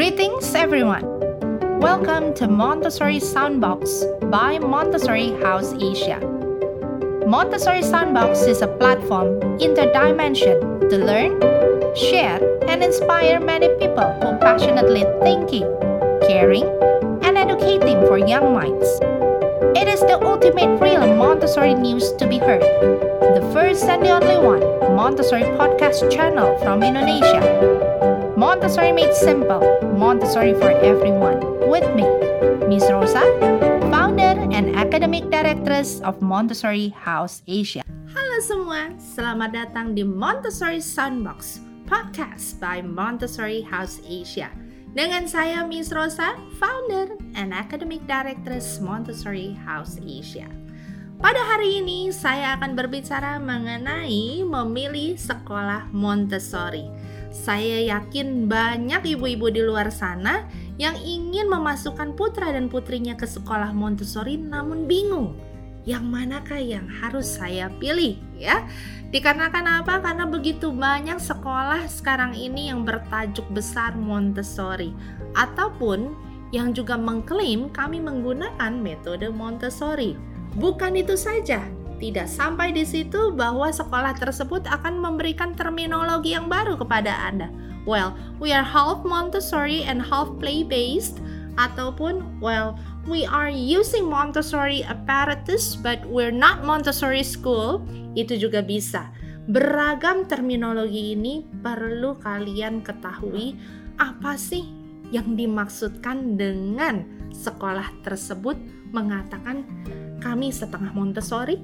Greetings everyone! Welcome to Montessori Soundbox by Montessori House Asia. Montessori Soundbox is a platform interdimension to learn, share, and inspire many people who passionately thinking, caring, and educating for young minds. It is the ultimate real Montessori news to be heard. The first and the only one Montessori podcast channel from Indonesia. Montessori made simple, Montessori for everyone. With me, Miss Rosa, founder and academic directress of Montessori House Asia. Halo semua, selamat datang di Montessori Soundbox, podcast by Montessori House Asia. Dengan saya Miss Rosa, founder and academic directress Montessori House Asia. Pada hari ini saya akan berbicara mengenai memilih sekolah Montessori. Saya yakin banyak ibu-ibu di luar sana yang ingin memasukkan putra dan putrinya ke sekolah Montessori namun bingung. Yang manakah yang harus saya pilih ya? Dikarenakan apa? Karena begitu banyak sekolah sekarang ini yang bertajuk besar Montessori ataupun yang juga mengklaim kami menggunakan metode Montessori. Bukan itu saja, tidak sampai di situ bahwa sekolah tersebut akan memberikan terminologi yang baru kepada Anda. Well, we are half Montessori and half play-based ataupun we are using Montessori apparatus but we're not Montessori school. Itu juga bisa. Beragam terminologi ini perlu kalian ketahui apa sih yang dimaksudkan dengan sekolah tersebut mengatakan kami setengah Montessori,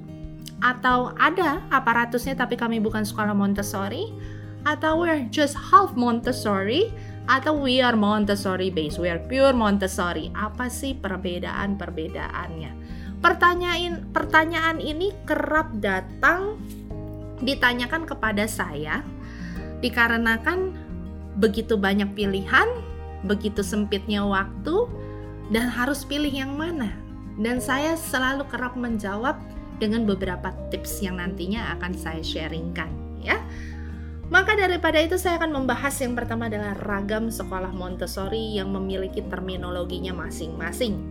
atau ada aparatusnya tapi kami bukan sekolah Montessori, atau we're just half Montessori, atau we are Montessori based, we are pure Montessori. Apa sih perbedaan-perbedaannya? Pertanyaan ini kerap datang ditanyakan kepada saya dikarenakan begitu banyak pilihan, begitu sempitnya waktu, dan harus pilih yang mana. Dan saya selalu kerap menjawab dengan beberapa tips yang nantinya akan saya sharingkan ya. Maka daripada itu saya akan membahas yang pertama adalah ragam sekolah Montessori yang memiliki terminologinya masing-masing.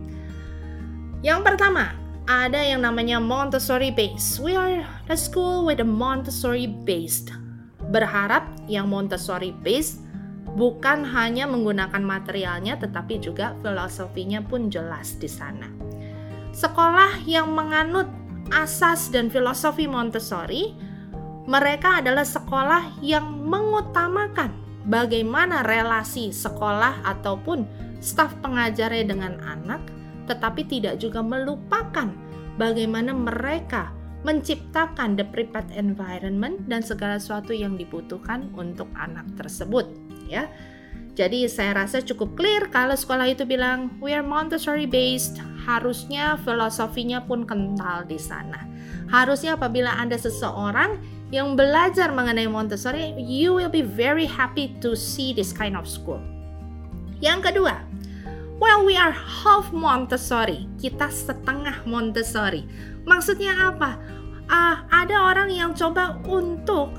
Yang pertama, ada yang namanya Montessori based. We are the school with a Montessori based. Berharap yang Montessori based bukan hanya menggunakan materialnya tetapi juga filosofinya pun jelas di sana. Sekolah yang menganut asas dan filosofi Montessori, mereka adalah sekolah yang mengutamakan bagaimana relasi sekolah ataupun staf pengajarnya dengan anak, tetapi tidak juga melupakan bagaimana mereka menciptakan the prepared environment dan segala sesuatu yang dibutuhkan untuk anak tersebut ya. Jadi saya rasa cukup clear kalau sekolah itu bilang we are Montessori based, harusnya filosofinya pun kental di sana. Harusnya apabila Anda seseorang yang belajar mengenai Montessori, you will be very happy to see this kind of school. Yang kedua, we are half Montessori, kita setengah Montessori. Maksudnya apa? Ada orang yang coba untuk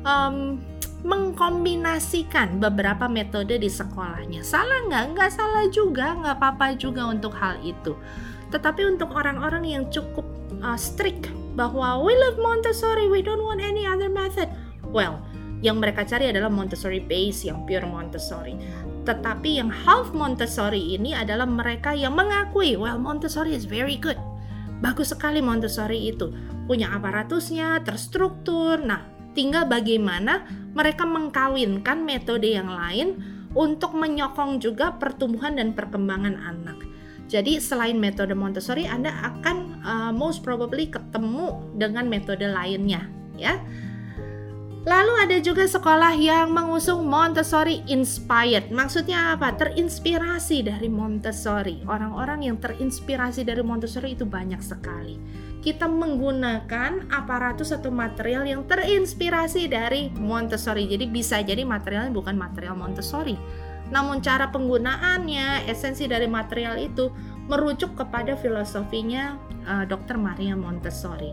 mengkombinasikan beberapa metode di sekolahnya. Salah nggak? Nggak salah juga, nggak apa-apa juga untuk hal itu. Tetapi untuk orang-orang yang cukup strict bahwa we love Montessori, we don't want any other method. Well, yang mereka cari adalah Montessori base, yang pure Montessori. Tetapi yang half Montessori ini adalah mereka yang mengakui, Montessori is very good. Bagus sekali Montessori itu. Punya aparatusnya, terstruktur. Nah, tinggal bagaimana mereka mengkawinkan metode yang lain untuk menyokong juga pertumbuhan dan perkembangan anak. Jadi selain metode Montessori, Anda akan most probably ketemu dengan metode lainnya ya. Lalu ada juga sekolah yang mengusung Montessori inspired. Maksudnya apa? Terinspirasi dari Montessori. Orang-orang yang terinspirasi dari Montessori itu banyak sekali. Kita menggunakan aparatus atau material yang terinspirasi dari Montessori. Jadi bisa jadi materialnya bukan material Montessori. Namun cara penggunaannya, esensi dari material itu merujuk kepada filosofinya Dr. Maria Montessori.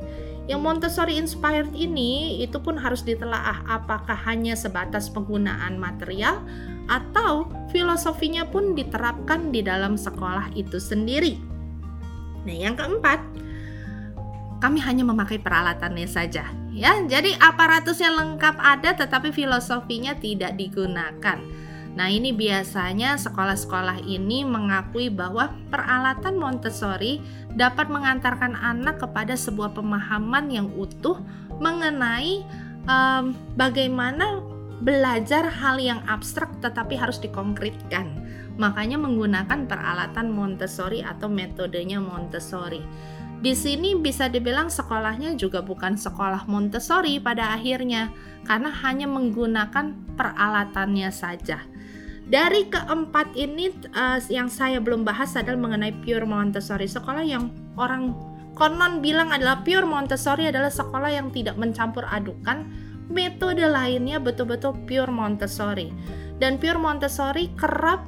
Yang Montessori inspired ini itu pun harus ditelaah apakah hanya sebatas penggunaan material atau filosofinya pun diterapkan di dalam sekolah itu sendiri. Nah, yang keempat, kami hanya memakai peralatannya saja, ya. Jadi aparatusnya lengkap ada tetapi filosofinya tidak digunakan. Nah, ini biasanya sekolah-sekolah ini mengakui bahwa peralatan Montessori dapat mengantarkan anak kepada sebuah pemahaman yang utuh mengenai bagaimana belajar hal yang abstrak tetapi harus dikonkretkan. Makanya menggunakan peralatan Montessori atau metodenya Montessori. Di sini bisa dibilang sekolahnya juga bukan sekolah Montessori pada akhirnya, karena hanya menggunakan peralatannya saja. Dari keempat ini yang saya belum bahas adalah mengenai pure Montessori. Sekolah yang orang konon bilang adalah pure Montessori adalah sekolah yang tidak mencampur adukan metode lainnya, betul-betul pure Montessori. Dan pure Montessori kerap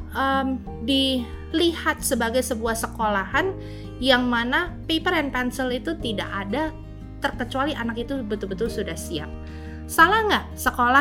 dilihat sebagai sebuah sekolahan yang mana paper and pencil itu tidak ada terkecuali anak itu betul-betul sudah siap. Salah nggak sekolah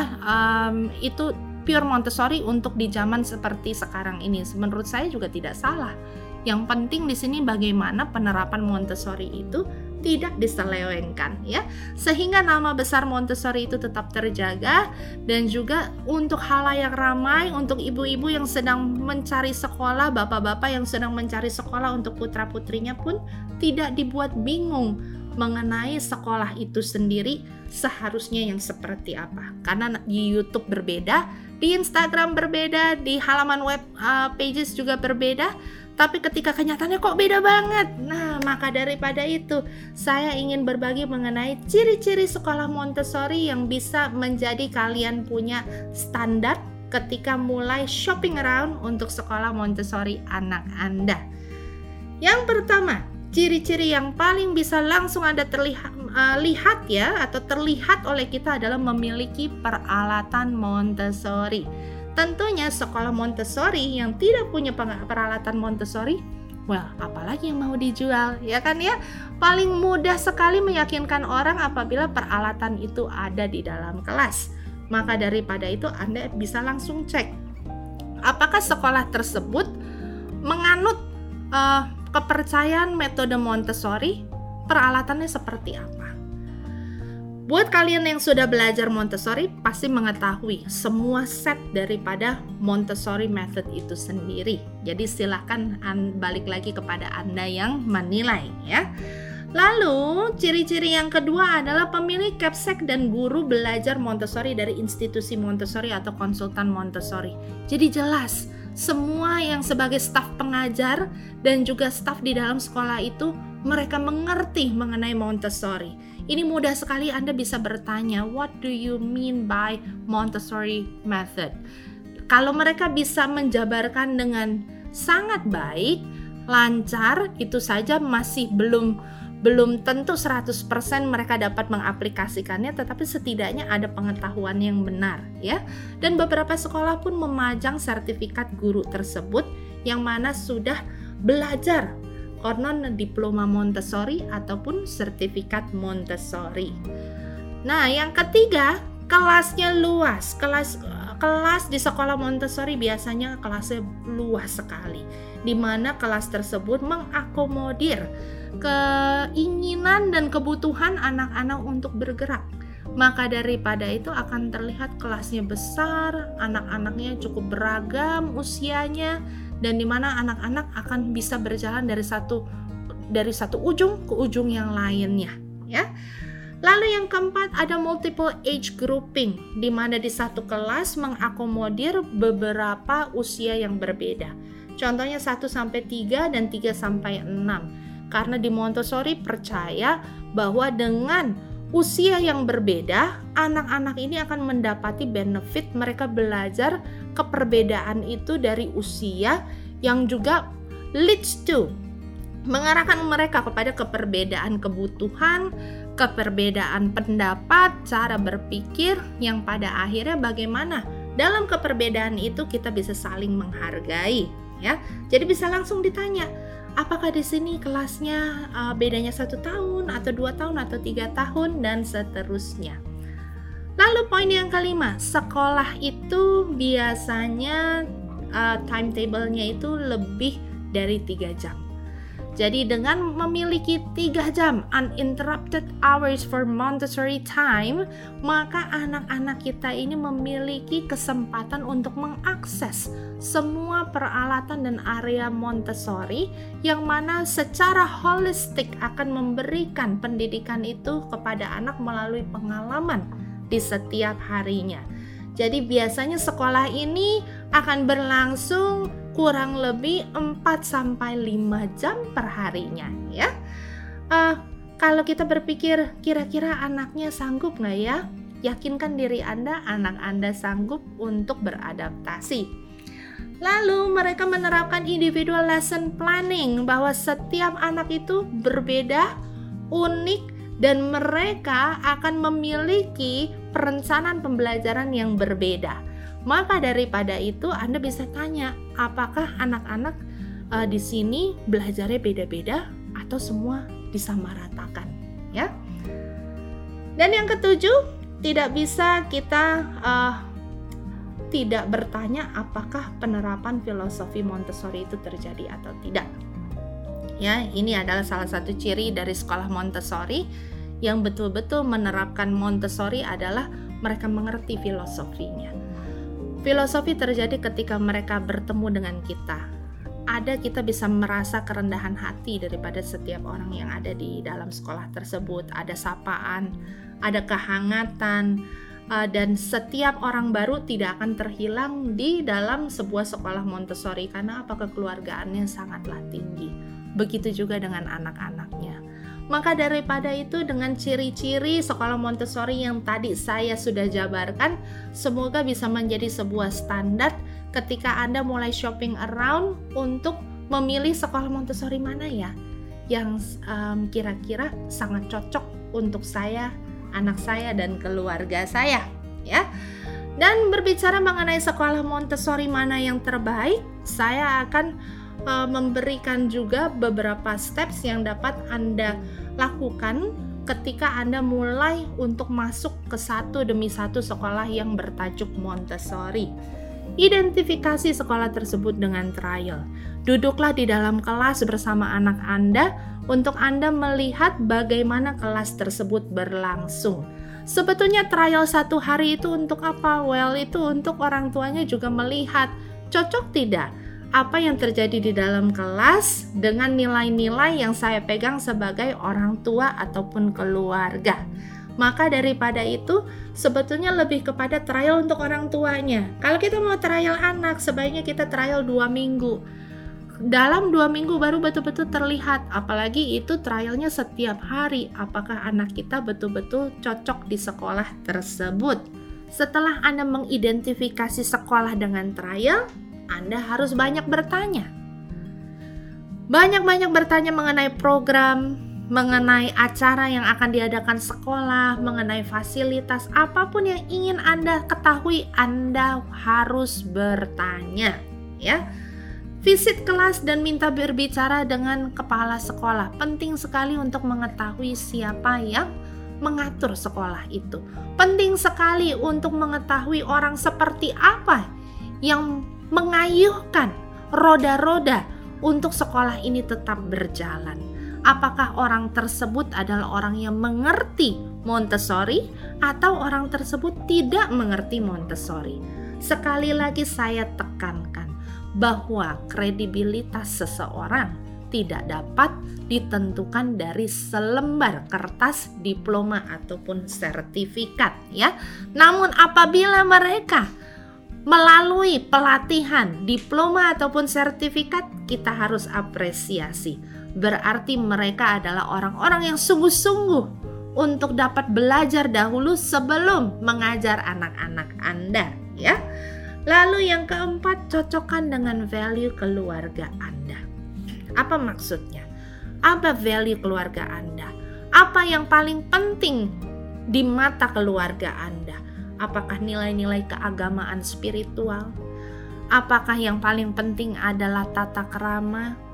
itu pure Montessori untuk di zaman seperti sekarang ini? Menurut saya juga tidak salah. Yang penting di sini bagaimana penerapan Montessori itu tidak diselewengkan, ya, sehingga nama besar Montessori itu tetap terjaga. Dan juga untuk halayak ramai, untuk ibu-ibu yang sedang mencari sekolah, bapak-bapak yang sedang mencari sekolah untuk putra-putrinya pun tidak dibuat bingung mengenai sekolah itu sendiri seharusnya yang seperti apa. Karena di YouTube berbeda, di Instagram berbeda, di halaman web pages juga berbeda, tapi ketika kenyataannya kok beda banget. Nah, maka daripada itu saya ingin berbagi mengenai ciri-ciri sekolah Montessori yang bisa menjadi kalian punya standar ketika mulai shopping around untuk sekolah Montessori anak Anda. Yang pertama, ciri-ciri yang paling bisa langsung Anda lihat ya, atau terlihat oleh kita adalah memiliki peralatan Montessori. Tentunya sekolah Montessori yang tidak punya peralatan Montessori, well, apalagi yang mau dijual, ya kan ya? Paling mudah sekali meyakinkan orang apabila peralatan itu ada di dalam kelas. Maka daripada itu Anda bisa langsung cek apakah sekolah tersebut menganut kepercayaan metode Montessori, peralatannya seperti apa. Buat kalian yang sudah belajar Montessori pasti mengetahui semua set daripada Montessori method itu sendiri. Jadi silakan balik lagi kepada Anda yang menilai, ya. Lalu ciri-ciri yang kedua adalah pemilik capsek dan guru belajar Montessori dari institusi Montessori atau konsultan Montessori. Jadi jelas semua yang sebagai staf pengajar dan juga staf di dalam sekolah itu mereka mengerti mengenai Montessori. Ini mudah sekali Anda bisa bertanya, what do you mean by Montessori method? Kalau mereka bisa menjabarkan dengan sangat baik, lancar, itu saja masih belum tentu 100% mereka dapat mengaplikasikannya, tetapi setidaknya ada pengetahuan yang benar, ya. Dan beberapa sekolah pun memajang sertifikat guru tersebut yang mana sudah belajar konon diploma Montessori ataupun sertifikat Montessori. Nah, yang ketiga, kelasnya luas. Kelas di sekolah Montessori biasanya kelasnya luas sekali, di mana kelas tersebut mengakomodir keinginan dan kebutuhan anak-anak untuk bergerak. Maka daripada itu akan terlihat kelasnya besar, anak-anaknya cukup beragam usianya, dan di mana anak-anak akan bisa berjalan dari satu ujung ke ujung yang lainnya, ya. Lalu yang keempat ada multiple age grouping, di mana di satu kelas mengakomodir beberapa usia yang berbeda. Contohnya 1 sampai 3 dan 3 sampai 6. Karena di Montessori percaya bahwa dengan usia yang berbeda, anak-anak ini akan mendapati benefit mereka belajar keperbedaan itu dari usia yang juga leads to mengarahkan mereka kepada keperbedaan kebutuhan, keperbedaan pendapat, cara berpikir yang pada akhirnya bagaimana dalam keperbedaan itu kita bisa saling menghargai, ya. Jadi bisa langsung ditanya, Apakah di sini kelasnya bedanya 1 tahun atau 2 tahun atau 3 tahun dan seterusnya. Lalu poin yang kelima, sekolah itu biasanya timetable-nya itu lebih dari 3 jam. Jadi dengan memiliki 3 jam uninterrupted hours for Montessori time, maka anak-anak kita ini memiliki kesempatan untuk mengakses semua peralatan dan area Montessori yang mana secara holistik akan memberikan pendidikan itu kepada anak melalui pengalaman di setiap harinya. Jadi biasanya sekolah ini akan berlangsung kurang lebih 4-5 jam per harinya ya. Kalau kita berpikir kira-kira anaknya sanggup nggak ya? Yakinkan diri Anda, anak Anda sanggup untuk beradaptasi. Lalu mereka menerapkan individual lesson planning, bahwa setiap anak itu berbeda, unik, dan mereka akan memiliki perencanaan pembelajaran yang berbeda. Maka daripada itu Anda bisa tanya, apakah anak-anak di sini belajarnya beda-beda atau semua disamaratakan, ya? Dan yang ketujuh, tidak bisa kita tidak bertanya apakah penerapan filosofi Montessori itu terjadi atau tidak. Ya, ini adalah salah satu ciri dari sekolah Montessori yang betul-betul menerapkan Montessori adalah mereka mengerti filosofinya. Filosofi terjadi ketika mereka bertemu dengan kita. Kita bisa merasa kerendahan hati daripada setiap orang yang ada di dalam sekolah tersebut. Ada sapaan, ada kehangatan, dan setiap orang baru tidak akan terhilang di dalam sebuah sekolah Montessori karena kekeluargaannya sangatlah tinggi. Begitu juga dengan anak-anaknya. Maka daripada itu, dengan ciri-ciri sekolah Montessori yang tadi saya sudah jabarkan, semoga bisa menjadi sebuah standar ketika Anda mulai shopping around untuk memilih sekolah Montessori mana ya yang kira-kira sangat cocok untuk saya, anak saya, dan keluarga saya ya. Dan berbicara mengenai sekolah Montessori mana yang terbaik, saya akan memberikan juga beberapa steps yang dapat Anda lakukan ketika Anda mulai untuk masuk ke satu demi satu sekolah yang bertajuk Montessori. Identifikasi sekolah tersebut dengan trial. Duduklah di dalam kelas bersama anak Anda untuk Anda melihat bagaimana kelas tersebut berlangsung. Sebetulnya trial 1 hari itu untuk apa? Well, itu untuk orang tuanya juga melihat cocok tidak apa yang terjadi di dalam kelas dengan nilai-nilai yang saya pegang sebagai orang tua ataupun keluarga. Maka daripada itu sebetulnya lebih kepada trial untuk orang tuanya. Kalau kita mau trial anak, sebaiknya kita trial 2 minggu. Dalam 2 minggu baru betul-betul terlihat, apalagi itu trialnya setiap hari, apakah anak kita betul-betul cocok di sekolah tersebut. Setelah Anda mengidentifikasi sekolah dengan trial, Anda harus banyak bertanya. Banyak-banyak bertanya mengenai program, mengenai acara yang akan diadakan sekolah, mengenai fasilitas, apapun yang ingin Anda ketahui, Anda harus bertanya, ya. Visit kelas dan minta berbicara dengan kepala sekolah. Penting sekali untuk mengetahui siapa yang mengatur sekolah itu. Penting sekali untuk mengetahui orang seperti apa yang mengayuhkan roda-roda untuk sekolah ini tetap berjalan. Apakah orang tersebut adalah orang yang mengerti Montessori atau orang tersebut tidak mengerti Montessori? Sekali lagi saya tekankan bahwa kredibilitas seseorang tidak dapat ditentukan dari selembar kertas diploma ataupun sertifikat, ya. Namun apabila mereka melalui pelatihan, diploma ataupun sertifikat, kita harus apresiasi. Berarti mereka adalah orang-orang yang sungguh-sungguh untuk dapat belajar dahulu sebelum mengajar anak-anak Anda, ya. Lalu yang keempat, cocokkan dengan value keluarga Anda. Apa maksudnya? Apa value keluarga Anda? Apa yang paling penting di mata keluarga Anda? Apakah nilai-nilai keagamaan spiritual? Apakah yang paling penting adalah tata krama?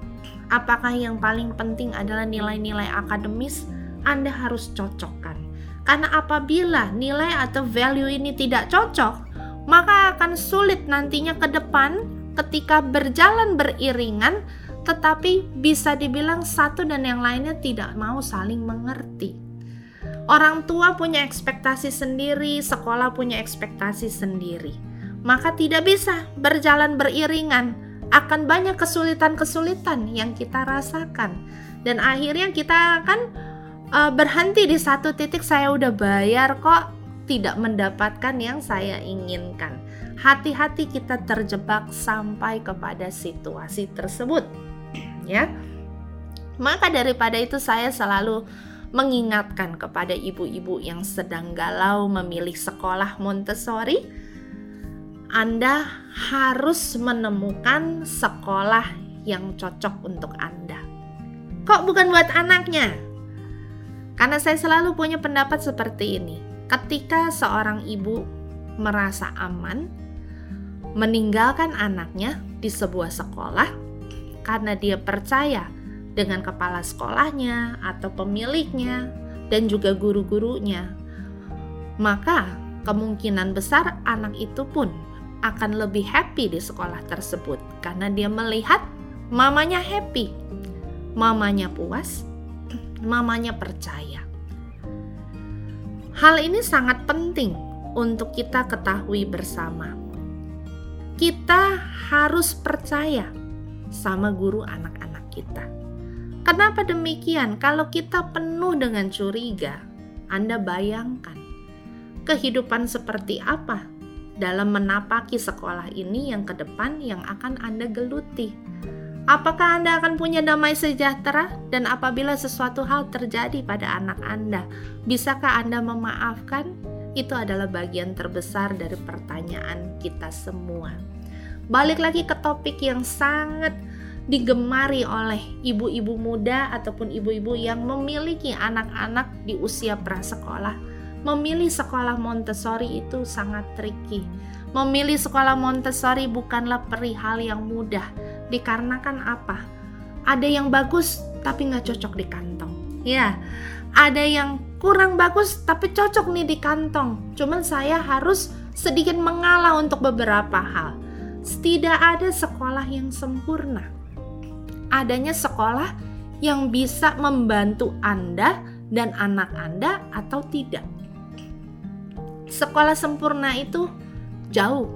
apakah yang paling penting adalah nilai-nilai akademis, Anda harus cocokkan. Karena apabila nilai atau value ini tidak cocok, maka akan sulit nantinya ke depan ketika berjalan beriringan, tetapi bisa dibilang satu dan yang lainnya tidak mau saling mengerti. Orang tua punya ekspektasi sendiri, sekolah punya ekspektasi sendiri. Maka tidak bisa berjalan beriringan. Akan banyak kesulitan-kesulitan yang kita rasakan. Dan akhirnya kita akan berhenti di satu titik, saya udah bayar kok, tidak mendapatkan yang saya inginkan. Hati-hati kita terjebak sampai kepada situasi tersebut. Ya. Maka daripada itu saya selalu mengingatkan kepada ibu-ibu yang sedang galau memilih sekolah Montessori, Anda harus menemukan sekolah yang cocok untuk Anda. Kok bukan buat anaknya? Karena saya selalu punya pendapat seperti ini. Ketika seorang ibu merasa aman meninggalkan anaknya di sebuah sekolah karena dia percaya dengan kepala sekolahnya atau pemiliknya dan juga guru-gurunya, maka kemungkinan besar anak itu pun akan lebih happy di sekolah tersebut karena dia melihat mamanya happy, mamanya puas, mamanya percaya. Hal ini sangat penting untuk kita ketahui bersama. Kita harus percaya sama guru anak-anak kita. Kenapa demikian? Kalau kita penuh dengan curiga, Anda bayangkan kehidupan seperti apa dalam menapaki sekolah ini yang ke depan yang akan Anda geluti. Apakah Anda akan punya damai sejahtera? Dan apabila sesuatu hal terjadi pada anak Anda, bisakah Anda memaafkan? Itu adalah bagian terbesar dari pertanyaan kita semua. Balik lagi ke topik yang sangat digemari oleh ibu-ibu muda ataupun ibu-ibu yang memiliki anak-anak di usia prasekolah. Memilih sekolah Montessori itu sangat tricky. Memilih sekolah Montessori bukanlah perihal yang mudah. Dikarenakan apa? Ada yang bagus tapi nggak cocok di kantong. Ya, ada yang kurang bagus tapi cocok nih di kantong. Cuman saya harus sedikit mengalah untuk beberapa hal. Tidak ada sekolah yang sempurna. Adanya sekolah yang bisa membantu Anda dan anak Anda atau tidak. Sekolah sempurna itu jauh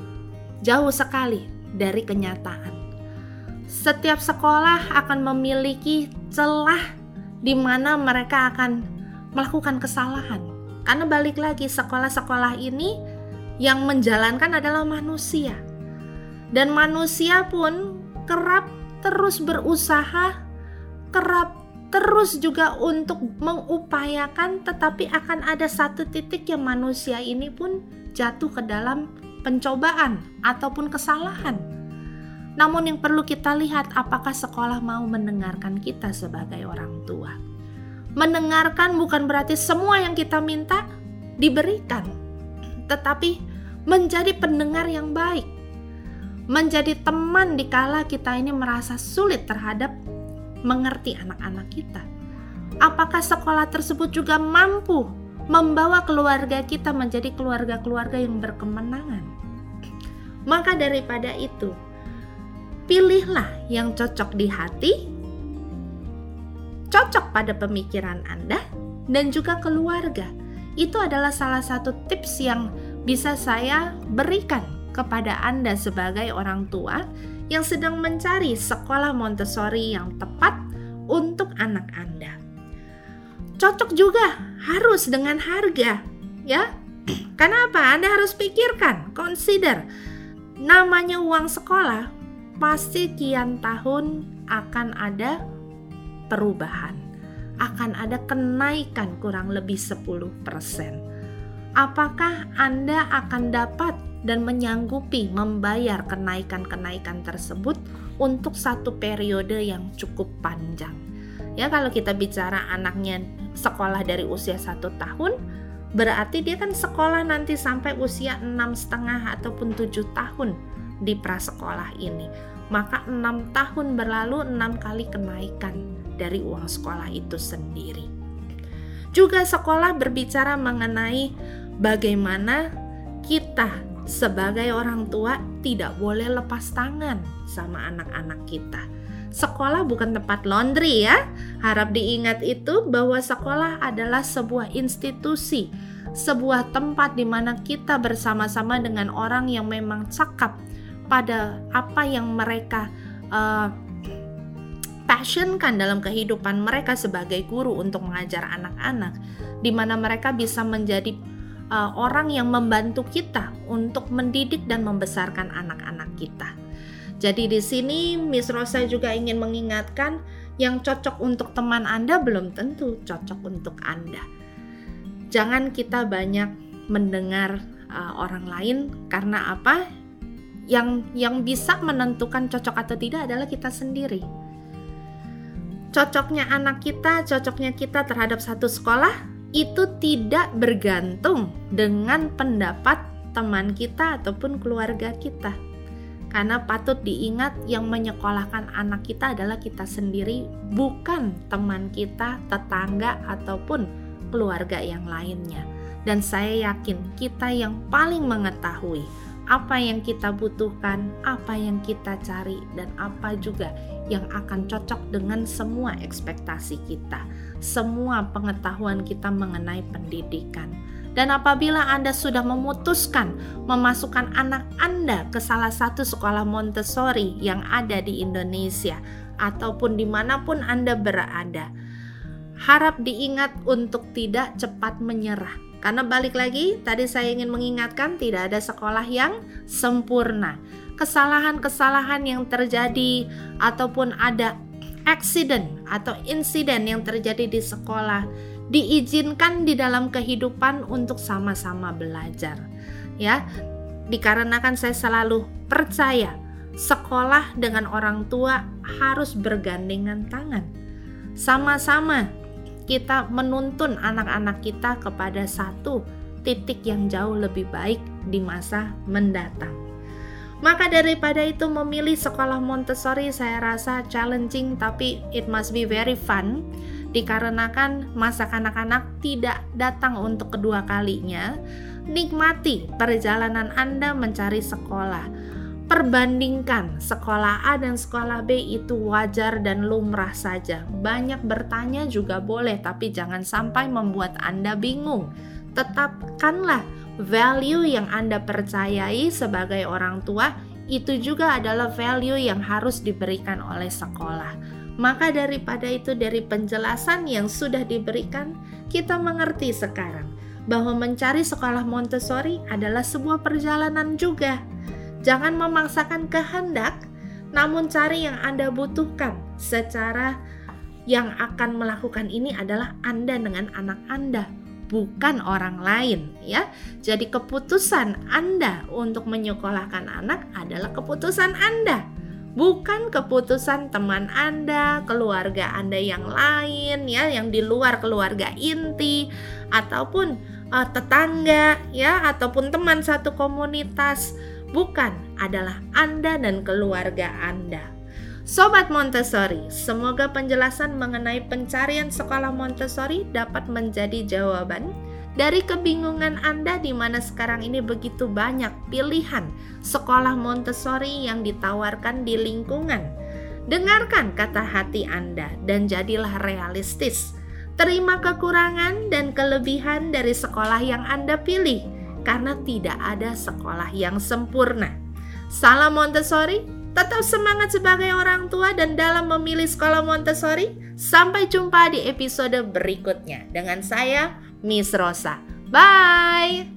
sekali dari kenyataan. Setiap sekolah akan memiliki celah di mana mereka akan melakukan kesalahan. Karena balik lagi, sekolah-sekolah ini yang menjalankan adalah manusia. Dan manusia pun kerap terus berusaha, kerap terus juga untuk mengupayakan, tetapi akan ada satu titik yang manusia ini pun jatuh ke dalam pencobaan ataupun kesalahan. Namun yang perlu kita lihat, apakah sekolah mau mendengarkan kita sebagai orang tua. Mendengarkan bukan berarti semua yang kita minta diberikan, tetapi menjadi pendengar yang baik, menjadi teman dikala kita ini merasa sulit terhadap mengerti anak-anak kita. Apakah sekolah tersebut juga mampu membawa keluarga kita menjadi keluarga-keluarga yang berkemenangan? Maka daripada itu, pilihlah yang cocok di hati, cocok pada pemikiran Anda, dan juga keluarga. Itu adalah salah satu tips yang bisa saya berikan kepada Anda sebagai orang tua yang sedang mencari sekolah Montessori yang tepat untuk anak Anda. Cocok juga harus dengan harga, ya. Kenapa? Anda harus pikirkan, consider. Namanya uang sekolah, pasti kian tahun akan ada perubahan. Akan ada kenaikan kurang lebih 10%. Apakah Anda akan dapat dan menyanggupi membayar kenaikan-kenaikan tersebut untuk satu periode yang cukup panjang? Ya, kalau kita bicara anaknya sekolah dari usia 1 tahun, berarti dia kan sekolah nanti sampai usia 6,5 ataupun 7 tahun di prasekolah ini. maka 6 tahun berlalu 6 kali kenaikan dari uang sekolah itu sendiri. Juga sekolah berbicara mengenai bagaimana kita sebagai orang tua tidak boleh lepas tangan sama anak-anak kita. Sekolah bukan tempat laundry ya. Harap diingat itu bahwa sekolah adalah sebuah institusi, sebuah tempat di mana kita bersama-sama dengan orang yang memang cakap pada apa yang mereka passionkan dalam kehidupan mereka sebagai guru untuk mengajar anak-anak, di mana mereka bisa menjadi orang yang membantu kita untuk mendidik dan membesarkan anak-anak kita. Jadi di sini Miss Rosa juga ingin mengingatkan, yang cocok untuk teman Anda belum tentu cocok untuk Anda. Jangan kita banyak mendengar orang lain, karena apa? Yang bisa menentukan cocok atau tidak adalah kita sendiri. Cocoknya anak kita, cocoknya kita terhadap satu sekolah itu tidak bergantung dengan pendapat teman kita ataupun keluarga kita. Karena patut diingat, yang menyekolahkan anak kita adalah kita sendiri, bukan teman kita, tetangga, ataupun keluarga yang lainnya. Dan saya yakin kita yang paling mengetahui apa yang kita butuhkan, apa yang kita cari, dan apa juga yang akan cocok dengan semua ekspektasi kita, semua pengetahuan kita mengenai pendidikan. Dan apabila Anda sudah memutuskan memasukkan anak Anda ke salah satu sekolah Montessori yang ada di Indonesia ataupun dimanapun Anda berada, harap diingat untuk tidak cepat menyerah. Karena balik lagi, tadi saya ingin mengingatkan, tidak ada sekolah yang sempurna. Kesalahan-kesalahan yang terjadi ataupun ada accident atau insiden yang terjadi di sekolah diizinkan di dalam kehidupan untuk sama-sama belajar. Ya, dikarenakan saya selalu percaya sekolah dengan orang tua harus bergandengan tangan. Sama-sama kita menuntun anak-anak kita kepada satu titik yang jauh lebih baik di masa mendatang. Maka daripada itu, memilih sekolah Montessori saya rasa challenging, tapi it must be very fun. Dikarenakan masa kanak-kanak tidak datang untuk kedua kalinya. Nikmati perjalanan Anda mencari sekolah. Perbandingkan sekolah A dan sekolah B, itu wajar dan lumrah saja. Banyak bertanya juga boleh, tapi jangan sampai membuat Anda bingung. Tetapkanlah value yang Anda percayai sebagai orang tua, itu juga adalah value yang harus diberikan oleh sekolah. Maka daripada itu, dari penjelasan yang sudah diberikan, kita mengerti sekarang bahwa mencari sekolah Montessori adalah sebuah perjalanan juga. Jangan memaksakan kehendak, namun cari yang Anda butuhkan. Secara yang akan melakukan ini adalah Anda dengan anak Anda, bukan orang lain, ya. Jadi keputusan Anda untuk menyekolahkan anak adalah keputusan Anda, bukan keputusan teman Anda, keluarga Anda yang lain, ya, yang di luar keluarga inti, ataupun tetangga, ya, ataupun teman satu komunitas. Bukan, adalah Anda dan keluarga Anda. Sobat Montessori, semoga penjelasan mengenai pencarian sekolah Montessori dapat menjadi jawaban dari kebingungan Anda, di mana sekarang ini begitu banyak pilihan sekolah Montessori yang ditawarkan di lingkungan. Dengarkan kata hati Anda dan jadilah realistis. Terima kekurangan dan kelebihan dari sekolah yang Anda pilih, karena tidak ada sekolah yang sempurna. Salam Montessori, tetap semangat sebagai orang tua dan dalam memilih sekolah Montessori. Sampai jumpa di episode berikutnya dengan saya, Miss Rosa. Bye!